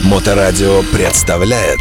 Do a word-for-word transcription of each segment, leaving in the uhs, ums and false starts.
Моторадио представляет.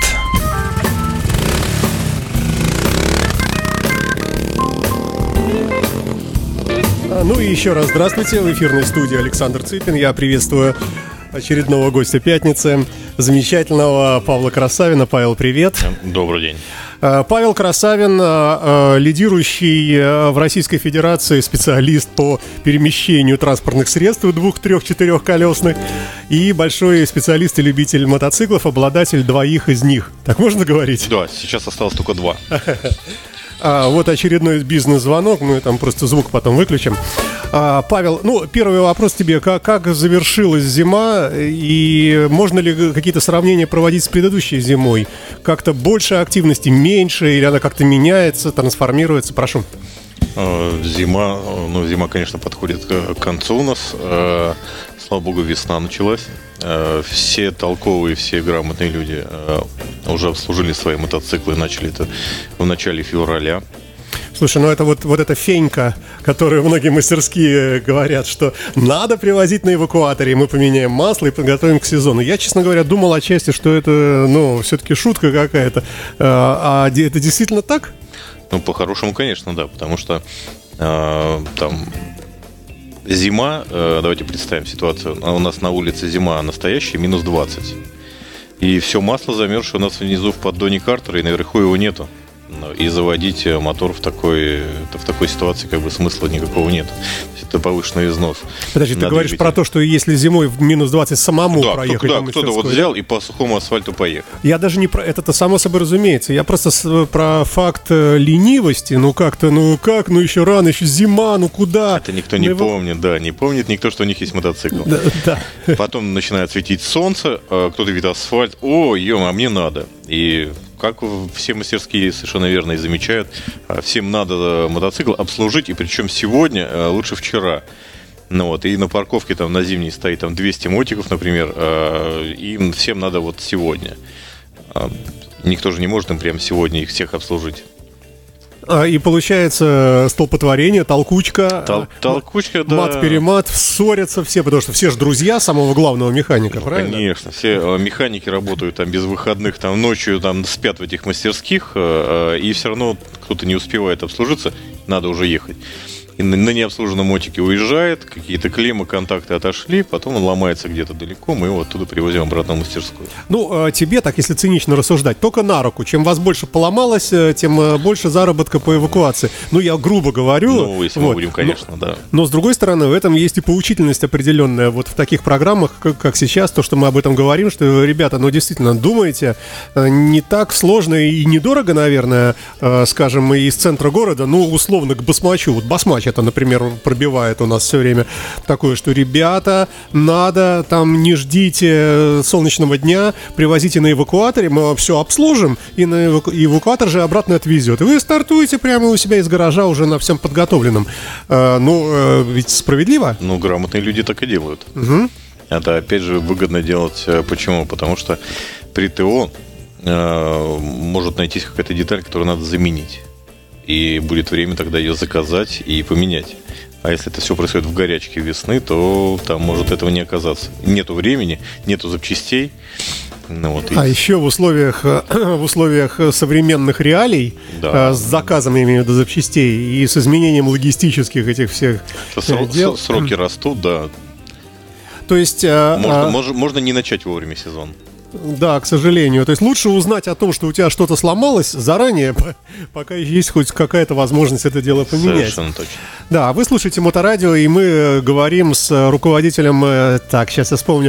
Ну и еще раз здравствуйте. В эфирной студии Александр Цыпин. Я приветствую очередного гостя пятницы, замечательного Павла Красавина. Павел, привет. Добрый день. Павел Красавин, лидирующий в Российской Федерации специалист по перемещению транспортных средств двух-, трех-, четырехколесных и большой специалист и любитель мотоциклов, обладатель двоих из них. Так можно говорить? Да, сейчас осталось только два. А, вот очередной бизнес-звонок, мы там просто звук потом выключим. а, Павел, ну, первый вопрос тебе. Как, как завершилась зима и можно ли какие-то сравнения проводить с предыдущей зимой? Как-то больше активности, меньше, или она как-то меняется, трансформируется? Прошу. Зима, ну, зима, конечно, подходит к концу у нас. Слава богу, весна началась. Все толковые, все грамотные люди уже обслужили свои мотоциклы, начали это в начале февраля. Слушай, ну это вот, вот эта фенька, которую многие мастерские говорят, что надо привозить на эвакуаторе, мы поменяем масло и подготовим к сезону. Я, честно говоря, думал отчасти, что это, ну, все-таки шутка какая-то. А это действительно так? Ну, по-хорошему, конечно, да, потому что э, там зима, э, давайте представим ситуацию, у нас на улице зима настоящая, минус двадцать, и все масло замерзшее у нас внизу в поддоне картера, и наверху его нету. И заводить мотор в такой, в такой ситуации как бы смысла никакого нет. Это повышенный износ. Подожди, ты говоришь двигатель. Про то, что если зимой в минус двадцать самому да, проехать? Да, кто-то вот взял и по сухому асфальту поехал. Я даже не про это-то само собой разумеется. Я просто с, про факт ленивости. Ну как-то, ну как, ну еще рано, еще зима, ну куда? Это никто не ну, помнит, да, не помнит никто, что у них есть мотоцикл. Да, да. Потом начинает светить солнце, кто-то видит асфальт. О, ё-моё, а мне надо. И как все мастерские совершенно верно и замечают, всем надо мотоцикл обслужить, и причем сегодня, лучше вчера. Ну вот, и на парковке там на зимней стоит там двести мотиков, например, им всем надо вот сегодня. Никто же не может им прямо сегодня их всех обслужить. И получается столпотворение, толкучка, Тол- толкучка, да. Мат-перемат, ссорятся все, потому что все же друзья самого главного механика, ну, правильно? Конечно, все механики работают там без выходных, там ночью там спят в этих мастерских, и все равно кто-то не успевает обслужиться, надо уже ехать. И на необслуженном мотике уезжает, какие-то клеммы, контакты отошли, потом он ломается где-то далеко, мы его оттуда привозим обратно в мастерскую. Ну, тебе, так если цинично рассуждать, только на руку. Чем вас больше поломалось, тем больше заработка по эвакуации. Ну, я грубо говорю. Ну, если вот. мы будем, конечно, но, да. Но, с другой стороны, в этом есть и поучительность определенная. Вот в таких программах, как, как сейчас, то, что мы об этом говорим, что, ребята, ну, действительно, думайте, не так сложно и недорого, наверное, скажем, из центра города, ну, условно, к Басмачу. Вот Басмач это, например, пробивает у нас все время такое, что, ребята, надо, там, не ждите солнечного дня, привозите на эвакуаторе, мы вам все обслужим, и на эваку... эвакуатор же обратно отвезет. И вы стартуете прямо у себя из гаража уже на всем подготовленном. А, ну, а, ведь справедливо? Ну, грамотные люди так и делают. Угу. Это, опять же, выгодно делать. Почему? Потому что при ТО э, может найтись какая-то деталь, которую надо заменить. И будет время тогда ее заказать и поменять. А если это все происходит в горячке весны, то там может этого не оказаться. Нету времени, нету запчастей. Ну, вот, а и... еще в условиях, в условиях современных реалий, да. С заказом, я имею в виду, запчастей и с изменением логистических этих всех Срок, дел. Сроки растут, да. То есть... Можно, а... можно, можно не начать вовремя сезон. Да, к сожалению. То есть лучше узнать о том, что у тебя что-то сломалось заранее, пока есть хоть какая-то возможность это дело поменять. Совершенно точно. Да, вы слушаете Моторадио, и мы говорим с руководителем, так, сейчас я вспомню,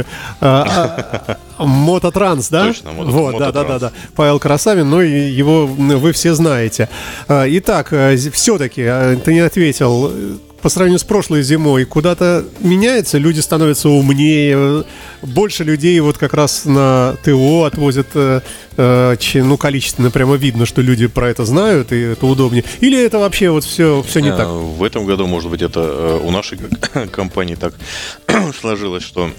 Мототранс, да? Точно, мото, вот, Мототранс. Да, да, да, да. Павел Красавин, ну и его вы все знаете. Итак, все-таки, ты не ответил. По сравнению с прошлой зимой куда-то меняется, люди становятся умнее, больше людей вот как раз на ТО отвозят, ну, количественно прямо видно, что люди про это знают, и это удобнее. Или это вообще вот все, все не так? В этом году, может быть, это у нашей компании так сложилось, что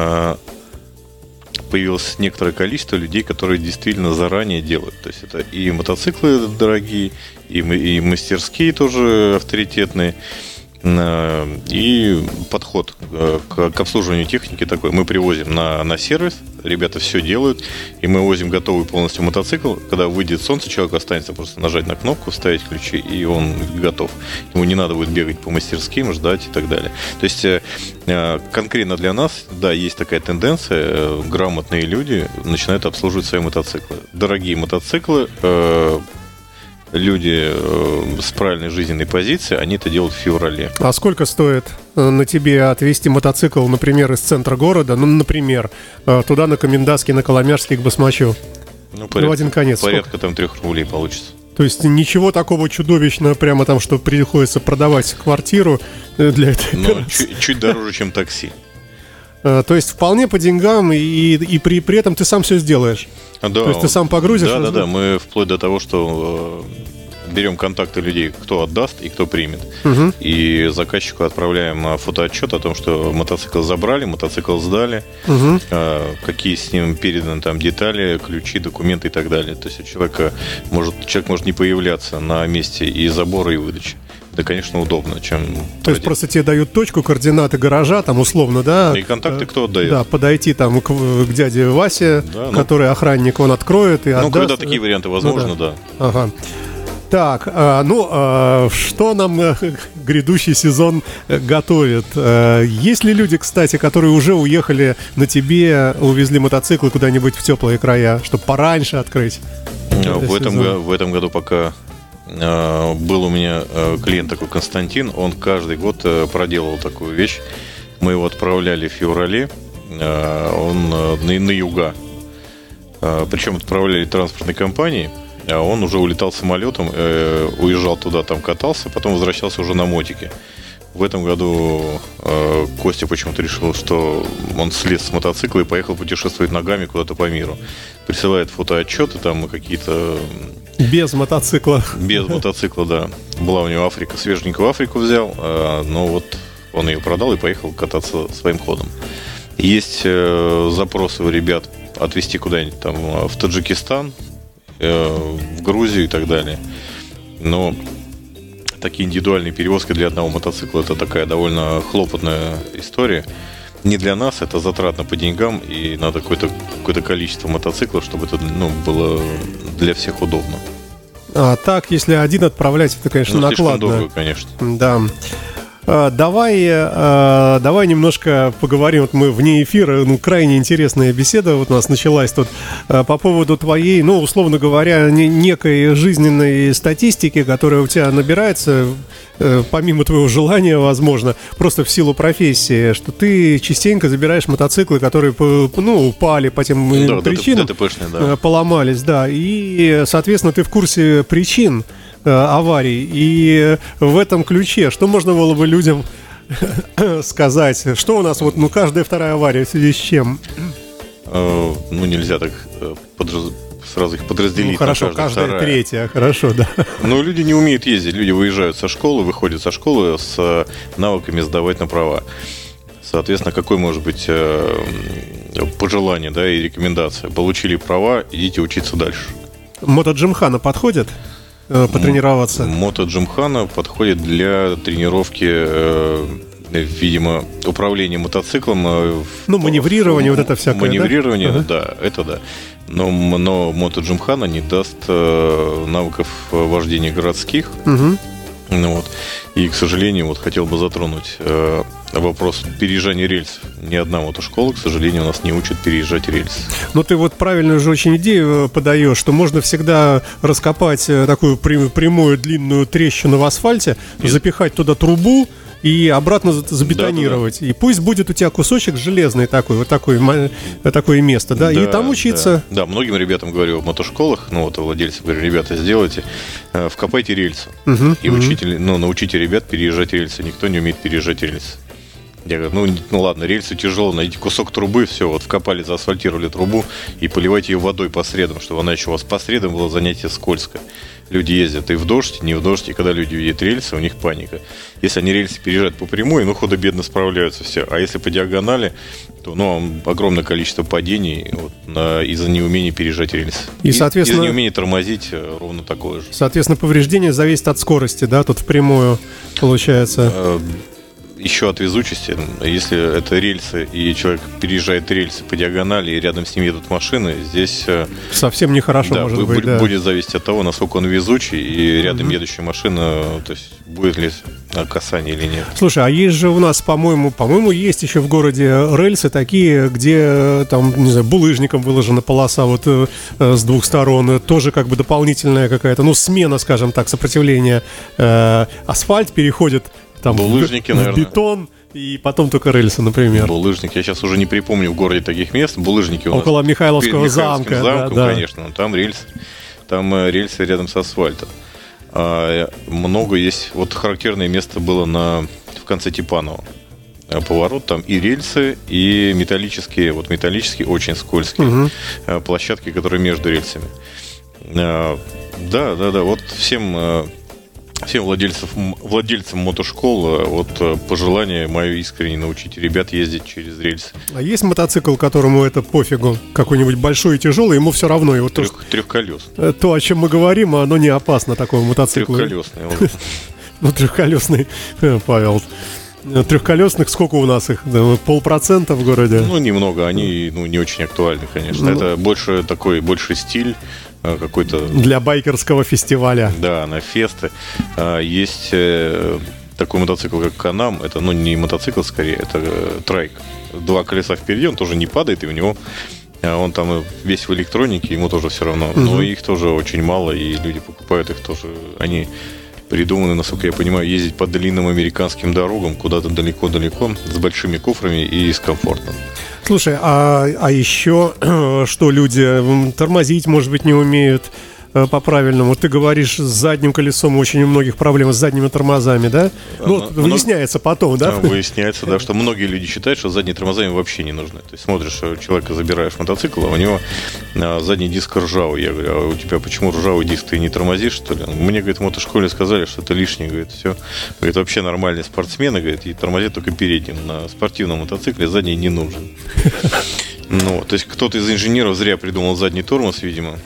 появилось некоторое количество людей, которые действительно заранее делают. То есть это и мотоциклы дорогие, и мастерские тоже авторитетные. И подход к, к обслуживанию техники такой. Мы привозим на, на сервис, ребята все делают, и мы возим готовый полностью мотоцикл. Когда выйдет солнце, человеку останется просто нажать на кнопку, вставить ключи, и он готов. Ему не надо будет бегать по мастерским, ждать и так далее. То есть конкретно для нас, да, есть такая тенденция, грамотные люди начинают обслуживать свои мотоциклы. Дорогие мотоциклы, люди с правильной жизненной позицией, они это делают в феврале. А сколько стоит на тебе отвезти мотоцикл, например, из центра города, ну, например, туда на Комендантский, на Коломяжский к Басмачу? Ну, порядка, в один конец. Порядка сколько? Там трех рублей получится. То есть ничего такого чудовищного, прямо там, что приходится продавать квартиру для этой Ну, чуть, чуть дороже, чем такси. То есть вполне по деньгам, и, и при, при этом ты сам все сделаешь. Да, То есть ты сам погрузишь? Да, да, да. Мы вплоть до того, что э, берем контакты людей, кто отдаст и кто примет. Угу. И заказчику отправляем фотоотчет о том, что мотоцикл забрали, мотоцикл сдали, угу. э, какие с ним переданы там детали, ключи, документы и так далее. То есть у человека может, человек может не появляться на месте и забора, и выдачи. Это, конечно, удобно, чем... То пройти. есть просто тебе дают точку, координаты гаража, там условно, да? И контакты кто отдает. Да, подойти там к, к дяде Васе, да, который ну, охранник, он откроет и отдаст. Ну, когда такие варианты возможны, ну, да. да. Ага. Так, а, ну, а, что нам а, грядущий сезон готовит? А, есть ли люди, кстати, которые уже уехали на тебе, увезли мотоциклы куда-нибудь в теплые края, чтобы пораньше открыть? В этом, в этом году пока... Был у меня клиент такой, Константин. Он каждый год проделывал такую вещь. Мы его отправляли в феврале. Он на, на юга. Причем отправляли транспортной компании. А он уже улетал самолетом, уезжал туда, там катался, потом возвращался уже на мотике. В этом году э, Костя почему-то решил, что он слез с мотоцикла и поехал путешествовать ногами куда-то по миру. Присылает фотоотчеты там какие-то... Без мотоцикла. Без мотоцикла, да. Была у него Африка, свеженькую Африку взял, э, но вот он ее продал и поехал кататься своим ходом. Есть э, запросы у ребят отвезти куда-нибудь там в Таджикистан, э, в Грузию и так далее. Но... Такие индивидуальные перевозки для одного мотоцикла — это такая довольно хлопотная история. Не для нас, это затратно по деньгам, и надо какое-то, какое-то количество мотоциклов, чтобы это ну, было для всех удобно. А так, если один отправлять, это, конечно, ну, накладно. Слишком дорого, конечно. Да. Давай, давай немножко поговорим. Вот мы вне эфира, ну, крайне интересная беседа вот у нас началась тут по поводу твоей, ну, условно говоря, некой жизненной статистики, которая у тебя набирается, помимо твоего желания, возможно, просто в силу профессии, что ты частенько забираешь мотоциклы, которые, ну, упали по тем да, причинам, ДТПшные, да. поломались, да, и, соответственно, ты в курсе причин аварий. И в этом ключе, что можно было бы людям сказать? Что у нас вот, ну, каждая вторая авария в связи с чем? Ну, нельзя так подраз... сразу их подразделить. Ну, хорошо, каждая вторая. Третья, хорошо, да. Но люди не умеют ездить. Люди выезжают со школы, выходят со школы с навыками сдавать на права. Соответственно, какое может быть пожелание, да, и рекомендация? Получили права, идите учиться дальше. Мото-джимхана подходит? Потренироваться? Мото-джимхана подходит для тренировки, э, видимо, управления мотоциклом. Ну, маневрирование, в, вот это всякое, маневрирование, да? да, это да. Но, но мото-джимхана не даст э, навыков вождения городских. Угу. Ну, вот. И, к сожалению, вот хотел бы затронуть э, вопрос переезжания рельсов. Ни одна мотошкола, к сожалению, у нас не учит переезжать рельсы. Но ты вот правильную же очень идею подаешь, что можно всегда раскопать такую прямую длинную трещину в асфальте, и... запихать туда трубу и обратно забетонировать. Да, да, да. И пусть будет у тебя кусочек железный такой, вот такой, такое место, да, да, и там учиться. Да. да, многим ребятам говорю в мотошколах, ну вот владельцы говорю, ребята, сделайте, э, вкопайте рельсы. Угу, и угу. учите, ну, научите ребят переезжать рельсы. Никто не умеет переезжать рельсы. Я говорю, ну, ну ладно, рельсы тяжело, найдите кусок трубы, все, вот вкопали, заасфальтировали трубу и поливайте ее водой по средам, чтобы она еще у вас по средам было занятие скользкое. Люди ездят и в дождь, и не в дождь, и когда люди видят рельсы, у них паника. Если они рельсы переезжают по прямой, ну, худо-бедно справляются все. А если по диагонали, то, ну, огромное количество падений вот, на, из-за неумения переезжать рельсы. И, соответственно, из-за неумения тормозить ровно такое же. Соответственно, повреждение зависит от скорости, да, тут впрямую получается. Еще от везучести. Если это рельсы, и человек переезжает рельсы по диагонали, и рядом с ним едут машины, здесь совсем нехорошо, да, может быть, да. Будет зависеть от того, насколько он везучий, и рядом угу. едущая машина, то есть будет ли касание или нет. Слушай, а есть же у нас, по-моему, по-моему, есть еще в городе рельсы такие, где там, не знаю, булыжником выложена полоса вот э, с двух сторон, тоже как бы дополнительная какая-то, ну, смена, скажем так, сопротивления. Э, асфальт переходит там булыжники, в, в наверное. Бетон, и потом только рельсы, например. Булыжники. Я сейчас уже не припомню в городе таких мест. Булыжники у нас около Михайловского замка. замком, да, конечно. Да. Там рельсы, там рельсы рядом с асфальтом. А, много есть. Вот характерное место было на, в конце Типанова. Поворот, там и рельсы, и металлические, вот металлические, очень скользкие угу. площадки, которые между рельсами. А, да, да, да. Вот всем... Всем владельцам, владельцам мотошкол вот пожелание мое искренне: научите ребят ездить через рельсы. А есть мотоцикл, которому это пофигу? Какой-нибудь большой и тяжелый, ему все равно. И вот Трех, то, трехколесный. То, о чем мы говорим, оно не опасно такому мотоциклу. Трехколесный. Ну, трехколесный, Павел. Трехколесных сколько у нас их? Полпроцента в городе? Ну, немного. Они ну, не очень актуальны, конечно. Это больше такой, больше стиль. Какой-то... Для байкерского фестиваля. Да, на фесты. Есть такой мотоцикл, как Канам. Это, ну, не мотоцикл, скорее, это трайк. Два колеса впереди, он тоже не падает, и у него... Он там весь в электронике, ему тоже все равно. Угу. Но их тоже очень мало, и люди покупают их тоже. Они придуманы, насколько я понимаю, ездить по длинным американским дорогам, куда-то далеко-далеко, с большими кофрами и с комфортом. Слушай, а, а еще что люди тормозить, может быть, не умеют по-правильному? Ты говоришь, с задним колесом очень у многих проблемы с задними тормозами, да? Ну, Много... выясняется потом, да? Выясняется, да, что многие люди считают, что задние тормоза им вообще не нужны. То есть смотришь, человека забираешь мотоцикл, а у него задний диск ржавый. Я говорю, а у тебя почему ржавый диск? Ты не тормозишь, что ли? Мне, говорит, в мотошколе сказали, что это лишнее, говорит, все. Говорит, вообще нормальные спортсмены, говорит, и тормозят только передним. На спортивном мотоцикле задний не нужен. Ну, то есть кто-то из инженеров зря придумал задний тормоз, видимо.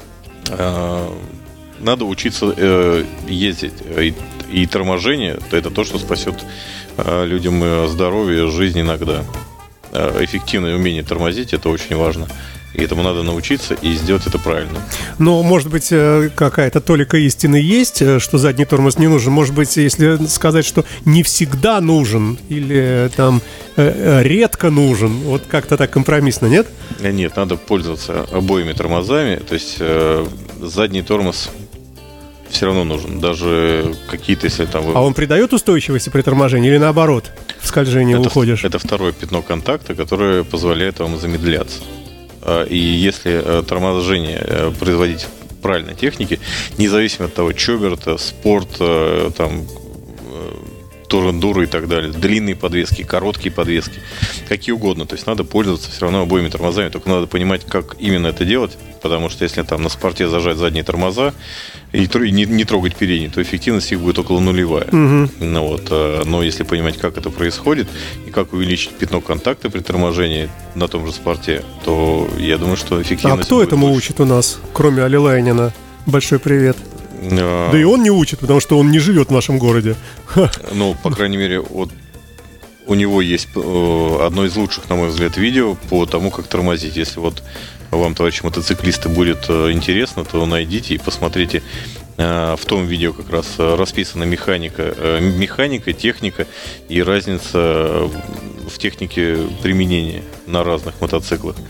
Надо учиться э, ездить. И, и торможение – это то, что спасет э, людям здоровье, жизнь иногда. Э, эффективное умение тормозить – это очень важно. И этому надо научиться и сделать это правильно. Но, может быть, какая-то толика истины есть, что задний тормоз не нужен. Может быть, если сказать, что не всегда нужен или там редко нужен, вот как-то так компромиссно, нет? Нет, надо пользоваться обоими тормозами. То есть задний тормоз все равно нужен. Даже какие-то, если там... А он придает устойчивости при торможении или наоборот, в скольжении это, уходишь? Это второе пятно контакта, которое позволяет вам замедляться. И если торможение производить в правильной технике, независимо от того, чоберт, спорт, там, тур-эндуро и так далее, длинные подвески, короткие подвески, какие угодно. То есть надо пользоваться все равно обоими тормозами, только надо понимать, как именно это делать, потому что если там на спорте зажать задние тормоза и не, не трогать передние, то эффективность их будет около нулевая. Угу. Ну, вот, но если понимать, как это происходит и как увеличить пятно контакта при торможении на том же спорте, то я думаю, что эффективность. А кто будет этому лучше. Учит у нас, кроме Али Лайнина? Большой привет. А... Да и он не учит, потому что он не живет в нашем городе. Ну, по крайней мере, вот у него есть одно из лучших, на мой взгляд, видео по тому, как тормозить. Если вот вам, товарищи мотоциклисты, будет интересно, то найдите и посмотрите. В том видео как раз расписана механика, механика, техника и разница в технике применения на разных мотоциклах.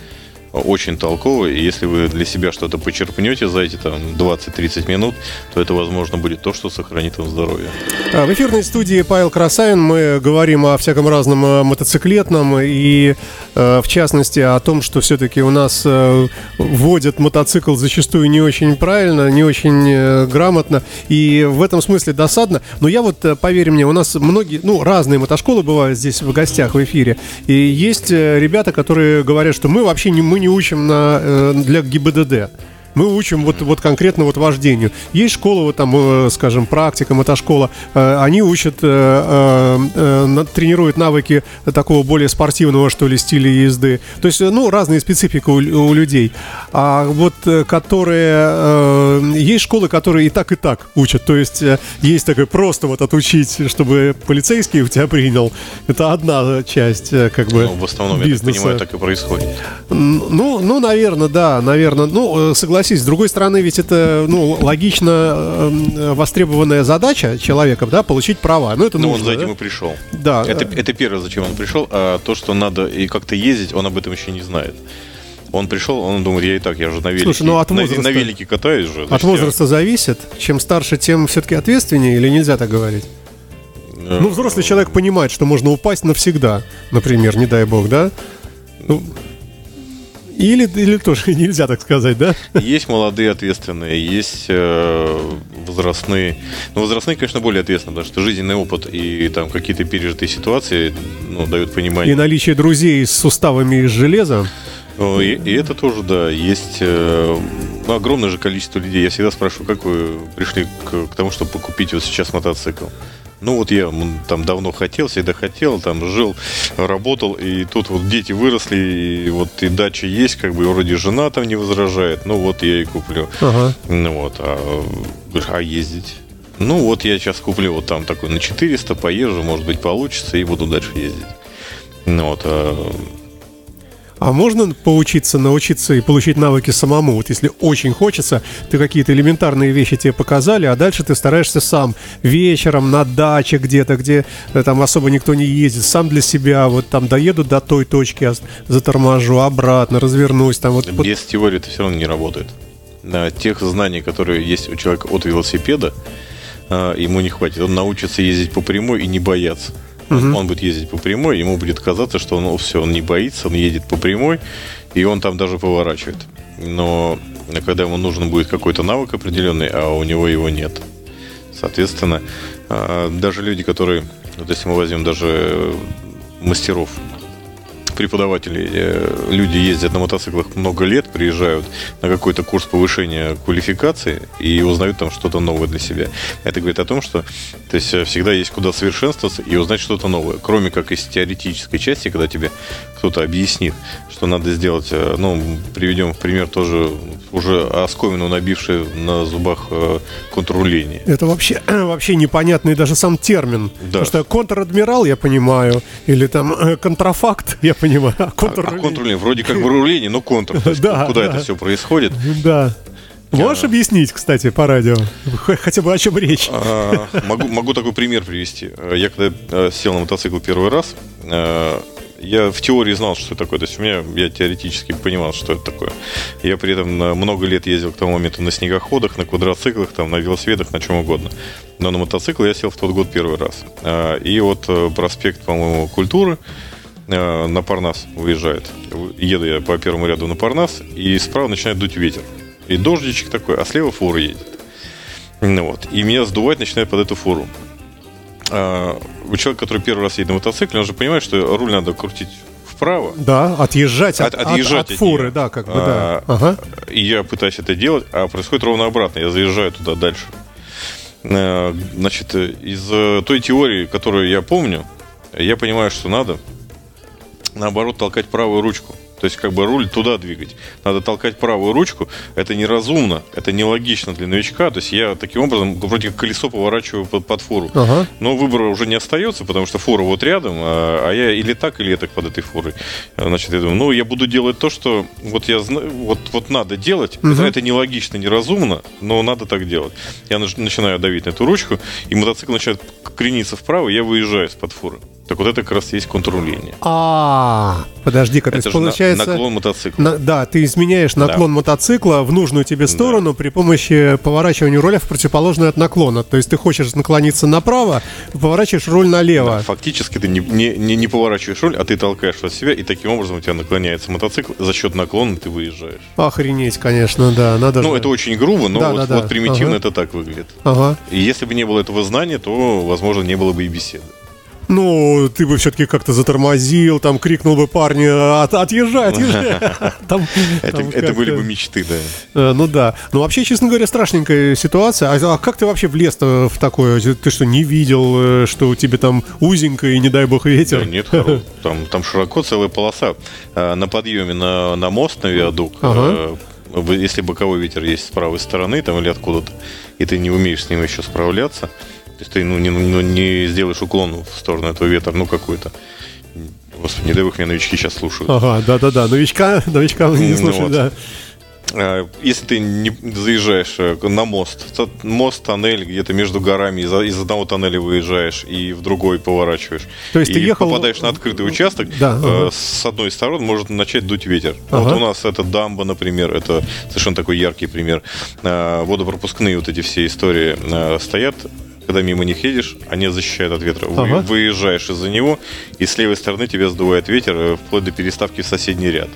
очень толково, и если вы для себя что-то почерпнете за эти там двадцать-тридцать минут, то это, возможно, будет то, что сохранит вам здоровье. В эфирной студии Павел Красавин. Мы говорим о всяком разном мотоциклетном и, в частности, о том, что все-таки у нас вводят мотоцикл зачастую не очень правильно, не очень грамотно, и в этом смысле досадно. Но я вот, поверь мне, у нас многие, ну, разные мотошколы бывают здесь в гостях в эфире, и есть ребята, которые говорят, что мы вообще не, мы не учим на, для ГИБДД. Мы учим вот, вот конкретно вот вождению. Есть школа, вот там, скажем, практика, мотошкола. Они учат, тренируют навыки такого более спортивного, что ли, стиля езды. То есть, ну, разные специфики у, у людей. А вот которые... Есть школы, которые и так, и так учат. То есть, есть такое просто вот отучить, чтобы полицейский у тебя принял. Это одна часть, как бы, ну, в основном, бизнеса. Я так понимаю, так и происходит. Ну, ну, наверное, да, наверное. Ну, согласен. С другой стороны, ведь это, ну, логично э, востребованная задача человека, да, получить права. Ну, это ну нужно, он за этим да? и пришел. Да. Это, это первое, зачем он пришел, а то, что надо и как-то ездить, он об этом еще не знает. Он пришел, он думает, я и так, я же на велике, Слушай, ну, от возраста, на, на велике катаюсь же. От возраста я... зависит. Чем старше, тем все-таки ответственнее, или нельзя так говорить? Ну, взрослый человек понимает, что можно упасть навсегда, например, не дай бог, да? Ну... Или, или тоже нельзя так сказать, да? Есть молодые ответственные, есть э, возрастные. Но возрастные, конечно, более ответственны, потому что жизненный опыт и там какие-то пережитые ситуации, ну, дают понимание. И наличие друзей с суставами из железа. И, и это тоже, да, есть э, ну, огромное же количество людей. Я всегда спрашиваю, как вы пришли к, к тому, чтобы покупить вот сейчас мотоцикл? Ну вот я там давно хотел, всегда хотел, там жил, работал, и тут вот дети выросли, и вот и дача есть, как бы вроде жена там не возражает, ну вот я и куплю. Ага. Ну вот, а, а ездить? Ну вот я сейчас куплю вот там такой на четыреста, поезжу, может быть получится, и буду дальше ездить. Ну вот, а... А можно поучиться, научиться и получить навыки самому? Вот если очень хочется, ты какие-то элементарные вещи тебе показали, а дальше ты стараешься сам вечером на даче где-то, где там особо никто не ездит, сам для себя, вот там доеду до той точки, заторможу, обратно, развернусь. Там, вот, без вот... теории это все равно не работает. Тех знаний, которые есть у человека от велосипеда, ему не хватит. Он научится ездить по прямой и не бояться. Uh-huh. Он будет ездить по прямой, ему будет казаться, что он, все, он не боится, он едет по прямой, и он там даже поворачивает. Но когда ему нужен будет какой-то навык определенный, а у него его нет. Соответственно, даже люди, которые, вот если мы возьмем даже мастеров, преподаватели, люди ездят на мотоциклах много лет, приезжают на какой-то курс повышения квалификации и узнают там что-то новое для себя. Это говорит о том, что то есть, всегда есть куда совершенствоваться и узнать что-то новое. Кроме как из теоретической части, когда тебе кто-то объяснит, что надо сделать. Ну, приведем в пример тоже уже оскомину набивший на зубах контрруление. Это вообще, вообще непонятный даже сам термин. Да. Потому что контр-адмирал, я понимаю, или там контрафакт, я понимаю. А контрруление, а, а контрруление вроде как бы руление, но контр. То есть, да, куда да. это все происходит. Да. Можешь а... объяснить, кстати, по радио? Хотя бы о чем речь? А, могу, могу такой пример привести. Я когда сел на мотоцикл первый раз, я в теории знал, что это такое. То есть у меня, я теоретически понимал, что это такое. Я при этом много лет ездил к тому моменту на снегоходах, на квадроциклах, там, на велосипедах, на чем угодно. Но на мотоцикл я сел в тот год первый раз. И вот проспект, по-моему, Культуры на Парнас выезжает. Еду я по первому ряду на Парнас, и справа начинает дуть ветер. И дождичек такой, а слева фура едет. Ну, вот. И меня сдувать начинает под эту фуру. А, у человека, который первый раз едет на мотоцикле, он же понимает, что руль надо крутить вправо. Да, отъезжать от, от, отъезжать от, от фуры, нее. Да, как бы, да. А, ага. И я пытаюсь это делать, а происходит ровно обратно. Я заезжаю туда дальше. А, значит, из той теории, которую я помню, я понимаю, что надо, наоборот, толкать правую ручку. То есть, как бы руль туда двигать. Надо толкать правую ручку. Это неразумно, это нелогично для новичка. То есть, я таким образом вроде как колесо поворачиваю под, под фуру. Ага. Но выбора уже не остается, потому что фура вот рядом, а, а я или так, или так под этой фурой. Значит, я думаю, ну, я буду делать то, что вот я знаю, вот, вот надо делать. Угу. Это, это нелогично, неразумно, но надо так делать. Я начинаю давить на эту ручку, и мотоцикл начинает крениться вправо, и я выезжаю из-под фуры. Так вот это как раз и есть контрруление. А, подожди-ка, то Это есть же получается... на- наклон мотоцикла. На- да, ты изменяешь наклон Да. мотоцикла в нужную тебе сторону Да. при помощи поворачивания руля в противоположную от наклона. То есть ты хочешь наклониться направо, поворачиваешь руль налево. Да, фактически ты не, не, не, не поворачиваешь руль, а ты толкаешь от себя, и таким образом у тебя наклоняется мотоцикл, за счет наклона ты выезжаешь. Охренеть, конечно, да, надо Ну, же. это очень грубо, но Да, вот, да, да. вот примитивно Ага. это так выглядит. Ага. И если бы не было этого знания, то, возможно, не было бы и беседы. Ну, ты бы все-таки как-то затормозил, там крикнул бы парню: «От- отъезжай, отъезжай». Там- Это, там это были как-то- бы мечты, да. Э, Ну да. Ну вообще, честно говоря, страшненькая ситуация. А, а как ты вообще влез-то в такое? Ты что, не видел, э, что у тебя там узенько и не дай бог ветер? Да нет, хоро- там, там широко целая полоса. А, На подъеме на, на мост, на виадук, Ага. э, вы- если боковой ветер есть с правой стороны там, или откуда-то, и ты не умеешь с ним еще справляться, то есть ты ну, не, ну, не сделаешь уклон в сторону этого ветра, ну какой-то. Господи, не дай бог, меня новички сейчас слушают. Ага, да-да-да. Новичка, новичка не Ну слушай, вот. да. А, Если ты не заезжаешь э, на мост, то мост, тоннель где-то между горами, из, из одного тоннеля выезжаешь и в другой поворачиваешь. То есть и ты ехал- попадаешь на открытый участок, Да, э, ага. с одной стороны может начать дуть ветер. Ага. Вот у нас это дамба, например, это совершенно такой яркий пример. Э, Водопропускные вот эти все истории э, стоят. Когда мимо них едешь, они защищают от ветра. Вы, Ага. выезжаешь из-за него, и с левой стороны тебя сдувает ветер, э, вплоть до переставки в соседний ряд.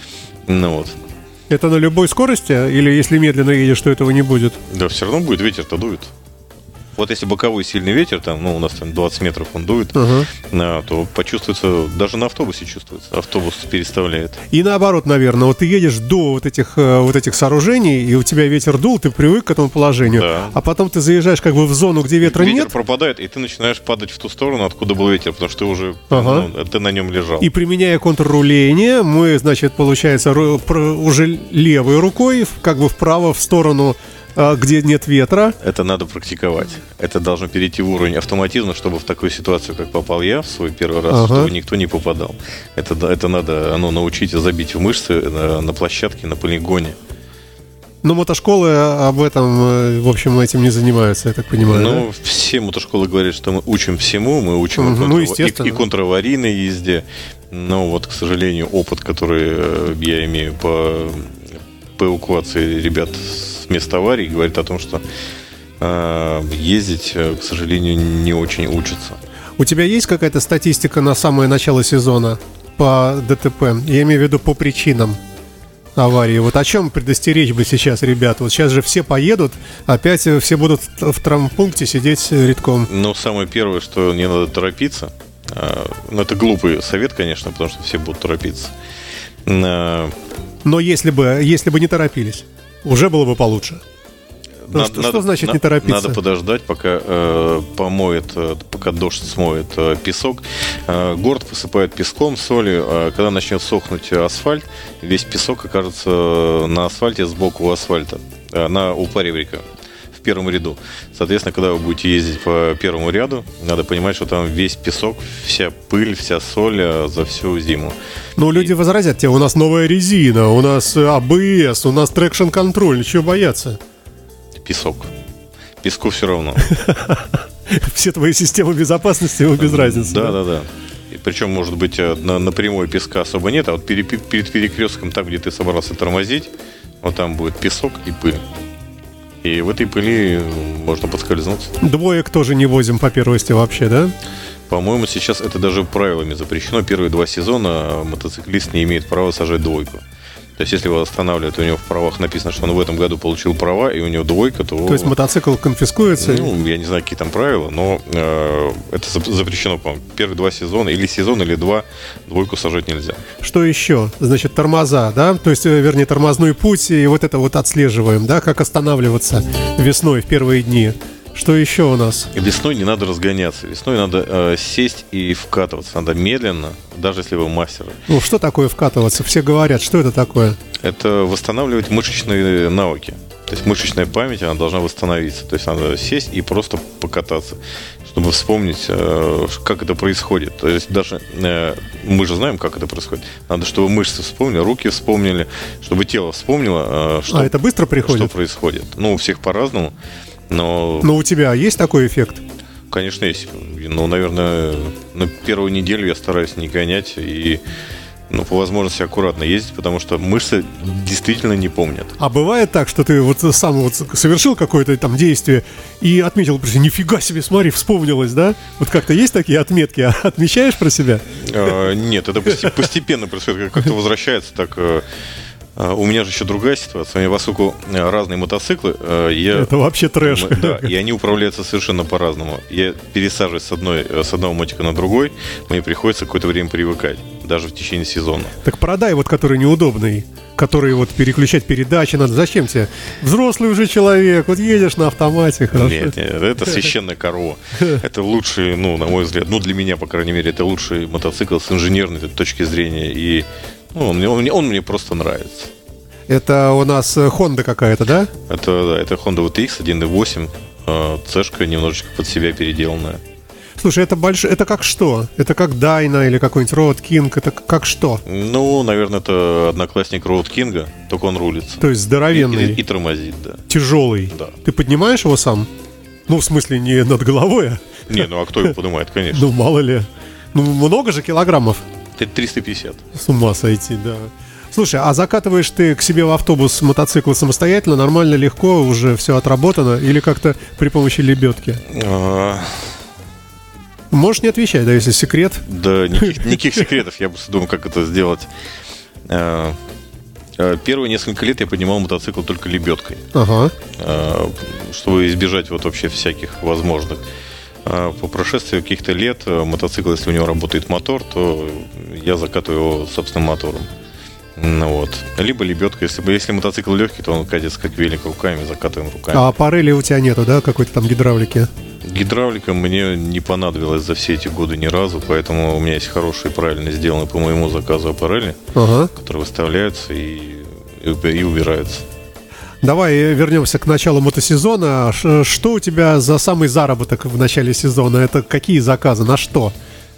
Ну вот. Это на любой скорости? Или если медленно едешь, то этого не будет? Да, все равно будет, ветер-то дует. Вот если боковой сильный ветер, там, ну, у нас там двадцать метров он дует, Ага. а, то почувствуется, даже на автобусе чувствуется, автобус переставляет. И наоборот, наверное, вот ты едешь до вот этих, э, вот этих сооружений, и у тебя ветер дул, ты привык к этому положению, Да. а потом ты заезжаешь как бы в зону, где ветра Ветер нет, пропадает, и ты начинаешь падать в ту сторону, откуда был ветер, потому что ты уже, Ага. ну, ты на нем лежал. и применяя контрруление, мы, значит, получается, ру- про- уже левой рукой, в- как бы вправо, в сторону, э, где нет ветра. Это надо практиковать. Это должно перейти в уровень автоматизма, чтобы в такую ситуацию, как попал я в свой первый раз, Ага. чтобы никто не попадал. Это, да- это надо ну, научить забить в мышцы на, на площадке, на полигоне. Но мотошколы об этом, э, в общем, этим не занимаются, я так понимаю. Ну, все мотошколы говорят, что мы учим всему, мы учим Мгм, и, ну, контр- естественно. и, и контраварийной езде. Но вот, к сожалению, опыт, который э, я имею по, по эвакуации ребят с места аварии, говорит о том, что э, ездить, э, к сожалению, не очень учатся. да? У тебя есть какая-то статистика на самое начало сезона по ДТП? Я имею в виду по причинам аварии. Вот о чем предостеречь бы сейчас, ребят? Вот сейчас же все поедут, опять э, все будут в травмпункте сидеть редком. Но самое первое, что не надо торопиться. э, Ну, это глупый совет, конечно, потому что все будут торопиться. Э, Но если бы, если бы не торопились, уже было бы получше. Ну, Надо- что- надо- что значит на- не торопиться? Надо подождать, пока э, помоет, э, пока дождь смоет э, песок. Э, город посыпает песком, солью. Э, когда начнет сохнуть асфальт, весь песок окажется на асфальте сбоку асфальта, э, на у поребрика в первом ряду. Соответственно, когда вы будете ездить по первому ряду, надо понимать, что там весь песок, вся пыль, вся соль э, за всю зиму. Ну, люди возразят тебе: у нас новая резина, у нас э, АБС, у нас трекшн-контроль, чего бояться? Песок. Песку все равно. Все твои системы безопасности, ему без разницы. Да, да, да. И причем, может быть, э, на, на прямой песка особо нет, а вот пере- перед перекрестком, там, где ты собрался тормозить, вот там будет песок и пыль. И в этой пыли можно подскользнуться. Двоек тоже не возим по первости вообще, да? По-моему, сейчас это даже правилами запрещено. Первые два сезона мотоциклист не имеет права сажать двойку. То есть, если его останавливают, у него в правах написано, что он в этом году получил права, и у него двойка, то... То есть мотоцикл конфискуется? Ну, я не знаю, какие там правила, но э, это зап- запрещено, по-моему. Первые два сезона, или сезон, или два, двойку сажать нельзя. Что еще? Значит, тормоза, да? То есть, э, вернее, тормозной путь, и вот это вот отслеживаем, да? Как останавливаться весной в первые дни. Что еще у нас? И весной не надо разгоняться. Весной надо э, сесть и вкатываться. Надо медленно, даже если вы мастер. Ну, что такое вкатываться? Все говорят, что это такое? Это восстанавливать мышечные навыки. То есть мышечная память, она должна восстановиться. То есть надо сесть и просто покататься, чтобы вспомнить, э, как это происходит. То есть даже э, мы же знаем, как это происходит. Надо, чтобы мышцы вспомнили, руки вспомнили, чтобы тело вспомнило, э, что, А это быстро приходит? что происходит. Ну, у всех по-разному. Но, Но у тебя есть такой эффект? конечно, есть. Ну, наверное, на первую неделю я стараюсь не гонять и, ну, по возможности аккуратно ездить, потому что мышцы действительно не помнят. А бывает так, что ты вот сам вот совершил какое-то там действие и отметил, нифига себе, смотри, вспомнилось, да? Вот как-то есть такие отметки, а отмечаешь про себя? А, нет, это постепенно происходит, как-то возвращается так. У меня же еще другая ситуация. У меня, поскольку разные мотоциклы, я... Это вообще трэш. Да, и они управляются совершенно по-разному. Я пересаживаюсь с, одной, с одного мотика на другой, мне приходится какое-то время привыкать, даже в течение сезона. Так продай вот, который неудобный, который вот переключать передачи надо. Зачем тебе? Взрослый уже человек, вот едешь на автомате. Хорошо. Нет, нет, это священная корова. Это лучший, ну, на мой взгляд, ну, для меня, по крайней мере, это лучший мотоцикл с инженерной точки зрения. И ну, он, он, он мне просто нравится. Это у нас Honda какая-то, да? Это, да, это Honda ви ти экс один и восемь. Цешка немножечко под себя переделанная. Слушай, это больш... это как что? Это как Dyna или какой-нибудь Road King? Это как что? Ну, наверное, это одноклассник Road King, только он рулится. То есть здоровенный. И, и, и тормозит, да. Тяжелый. Да. Ты поднимаешь его сам? Ну, в смысле, не над головой, а... Не, ну а кто его поднимает, конечно. Ну, мало ли. Ну, много же килограммов. Это триста пятьдесят. С ума сойти, да. Слушай, а закатываешь ты к себе в автобус мотоцикл самостоятельно, нормально, легко, уже все отработано, или как-то при помощи лебедки? Можешь не отвечать, да, если секрет? Да, никаких, никаких секретов, я просто думаю, как это сделать. Первые несколько лет я поднимал мотоцикл только лебедкой, ага. чтобы избежать вот вообще всяких возможных. По прошествии каких-то лет мотоцикл, если у него работает мотор, то я закатываю его собственным мотором. Ну, вот. Либо лебедка, если, если мотоцикл легкий, то он катится как велик руками, закатываем руками. А парели у тебя нету, да, какой-то там гидравлики? Гидравлика мне не понадобилась за все эти годы ни разу, поэтому у меня есть хорошие, правильно сделанные по моему заказу аппарели, ага. которые выставляются и, и, и убираются. Давай вернемся к началу мотосезона. Что у тебя за самый заработок в начале сезона? Это какие заказы? На что?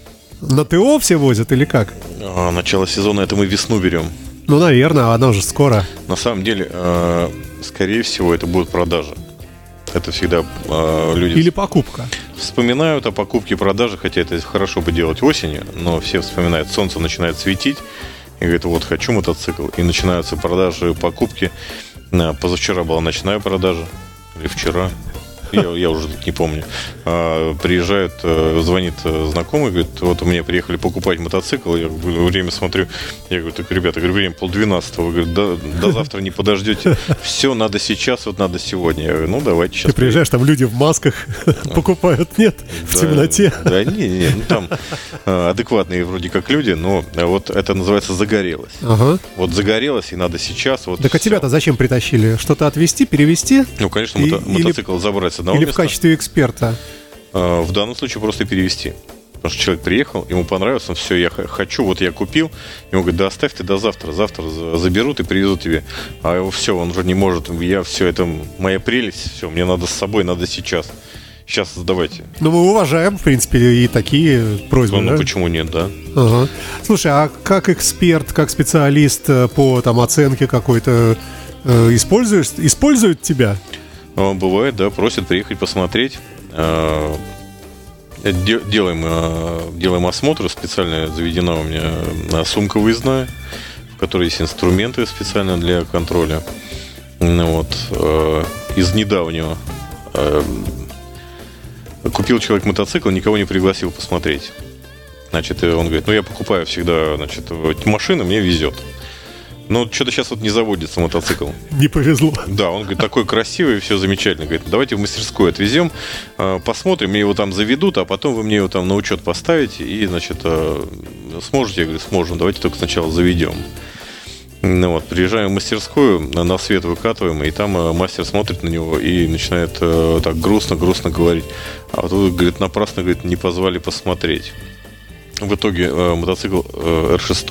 На ТО все возят или как? А, начало сезона это мы весну берем. Ну, наверное, оно же скоро. На самом деле, э, скорее всего, это будут продажи. Это всегда э, люди... Или покупка. Вспоминают о покупке и продаже, хотя это хорошо бы делать осенью, но все вспоминают, солнце начинает светить, и говорят, вот, хочу мотоцикл. И начинаются продажи, покупки. Позавчера была ночная продажа, или вчера. Я, я уже не помню. А, приезжает, звонит знакомый, говорит, вот у меня приехали покупать мотоцикл. Я время смотрю, я говорю, так, ребята, говорю, время полдвенадцатого. Говорю, до, до завтра не подождете. Все, надо сейчас, вот надо сегодня. Я говорю, ну давайте сейчас. Ты приезжаешь, там люди в масках покупают, нет? В темноте. Да, не, не, ну там адекватные вроде как люди, но вот это называется загорелось. Ага. Вот загорелось, и надо сейчас. Вот так а тебя-то зачем притащили? Что-то отвезти, перевезти? Ну, конечно, мото- мотоцикл забрать с одного Или места. В качестве эксперта? В данном случае просто перевести. Потому что человек приехал, ему понравилось, он все, я хочу, вот я купил. Ему говорит, да оставь ты до завтра, завтра заберут и привезут тебе. А его все, он уже не может, я все, это моя прелесть, все, мне надо с собой, надо сейчас. Сейчас сдавайте. Ну, мы уважаем, в принципе, и такие просьбы, ну, да? Ну, почему нет, да? Ага. Слушай, а как эксперт, как специалист по там оценке какой-то э, используешь, используют тебя? Бывает, да, просят приехать посмотреть. Делаем, делаем осмотр, специально заведена у меня сумка выездная, в которой есть инструменты специально для контроля. Вот. Из недавнего купил человек мотоцикл, никого не пригласил посмотреть. Значит, он говорит, ну я покупаю всегда, значит, машины, мне везет. Ну, что-то сейчас вот не заводится мотоцикл. Не повезло. Да, он говорит, такой красивый, все замечательно. Говорит, давайте в мастерскую отвезем, посмотрим, мне его там заведут, а потом вы мне его там на учет поставите и, значит, сможете? Я говорю, сможем, давайте только сначала заведем. Ну вот, приезжаем в мастерскую, на свет выкатываем, и там мастер смотрит на него и начинает так грустно-грустно говорить. А вот тут, говорит, напрасно, говорит, не позвали посмотреть. В итоге мотоцикл эр шесть,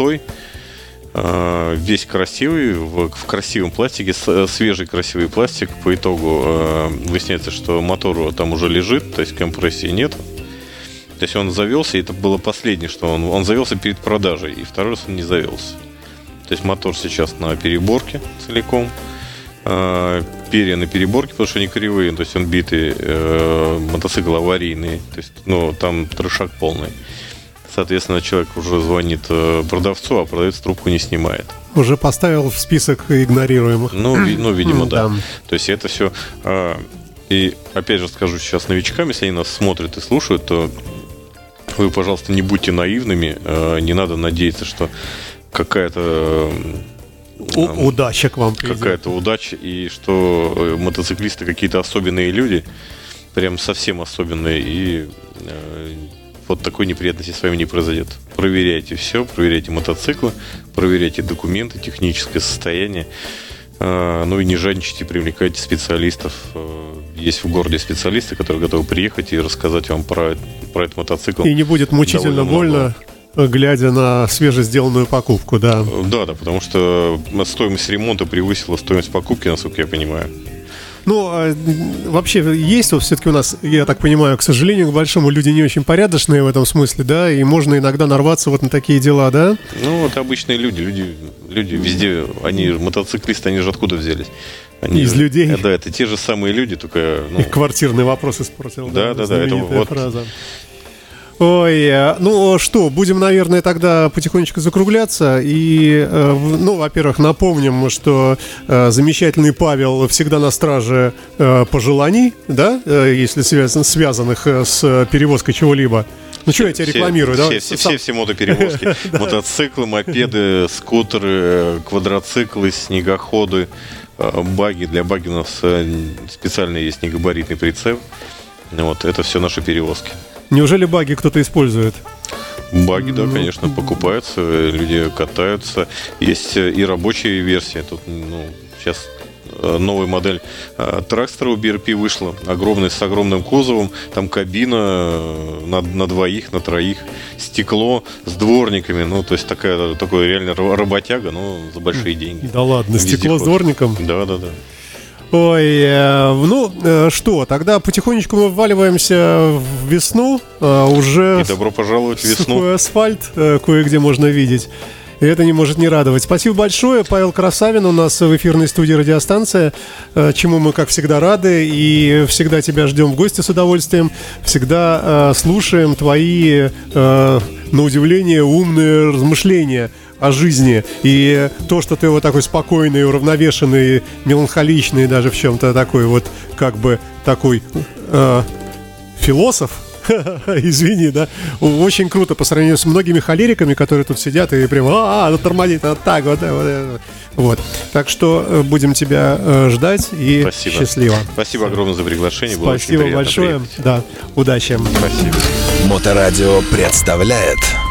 весь красивый, в, в красивом пластике, свежий красивый пластик. По итогу э, выясняется, что мотор там уже лежит, то есть компрессии нет. То есть он завелся, и это было последнее, что он, он завелся перед продажей, и второй раз он не завелся. То есть мотор сейчас на переборке целиком. Э, перья на переборке, потому что они кривые, то есть он битый, э, мотоцикл аварийный, то есть, ну, там трешак полный. Соответственно, человек уже звонит э, продавцу, а продавец трубку не снимает. Уже поставил в список игнорируемых. Ну, ви, ну видимо, да. да. То есть это все... Э, и опять же скажу сейчас новичкам, если они нас смотрят и слушают, то вы, пожалуйста, не будьте наивными, э, не надо надеяться, что какая-то... У- удача к вам придет. Какая-то удача, и что мотоциклисты какие-то особенные люди, прям совсем особенные, и э, вот такой неприятности с вами не произойдет. Проверяйте все, проверяйте мотоциклы, проверяйте документы, техническое состояние, э, ну и не жадничайте, привлекайте специалистов. Есть в городе специалисты, которые готовы приехать и рассказать вам про, про этот мотоцикл. И не будет мучительно больно, глядя на свежесделанную покупку, да. Да, да, потому что стоимость ремонта превысила стоимость покупки, насколько я понимаю. Ну, а вообще есть вот все-таки у нас, я так понимаю, к сожалению, к большому, люди не очень порядочные в этом смысле, да, и можно иногда нарваться вот на такие дела, да? Ну, вот обычные люди, люди, люди везде, они мотоциклисты, они же откуда взялись? Они Из же, людей. Да, это те же самые люди, только... Ну, квартирный вопрос испортил. Да, да, да, это вот... Фраза. Ой, ну что, будем, наверное, тогда потихонечку закругляться. И, ну, во-первых, напомним, что замечательный Павел всегда на страже пожеланий, да, если связан, связанных с перевозкой чего-либо. Ну, что я тебя рекламирую, да? Все, все, все, все мотоперевозки. Мотоциклы, мопеды, скутеры, квадроциклы, снегоходы, баги. Для баги у нас специальный есть негабаритный прицеп. Вот, это все наши перевозки. Неужели баги кто-то использует? Баги, да, конечно, покупаются, люди катаются. Есть и рабочие версии. Тут, ну, сейчас новая модель тракстера у би эр пи вышла, огромная, с огромным кузовом. Там кабина на, на двоих, на троих, стекло с дворниками. Ну, то есть такая, такой реально работяга, но за большие деньги. Да ладно, Вездеход. Стекло с дворником? Да, да, да. Ой, э, ну э, что, тогда потихонечку мы вваливаемся в весну, э, уже и добро пожаловать в весну. Сухой асфальт э, кое-где можно видеть. И это не может не радовать. Спасибо большое. Павел Красавин у нас в эфирной студии «Радиостанция», э, чему мы, как всегда, рады. И всегда тебя ждем в гости с удовольствием. Всегда э, слушаем твои, э, на удивление, умные размышления о жизни. И то, что ты вот такой спокойный, уравновешенный, меланхоличный, даже в чем-то такой вот, как бы, такой э, философ, извини, да, очень круто по сравнению с многими холериками, которые тут сидят и прям, а, а, тормозит, вот так вот, вот, вот. Так что будем тебя э, ждать и Спасибо. Счастливо. Спасибо огромное за приглашение. Спасибо большое. Приехать. Да, удачи. Спасибо. Моторадио представляет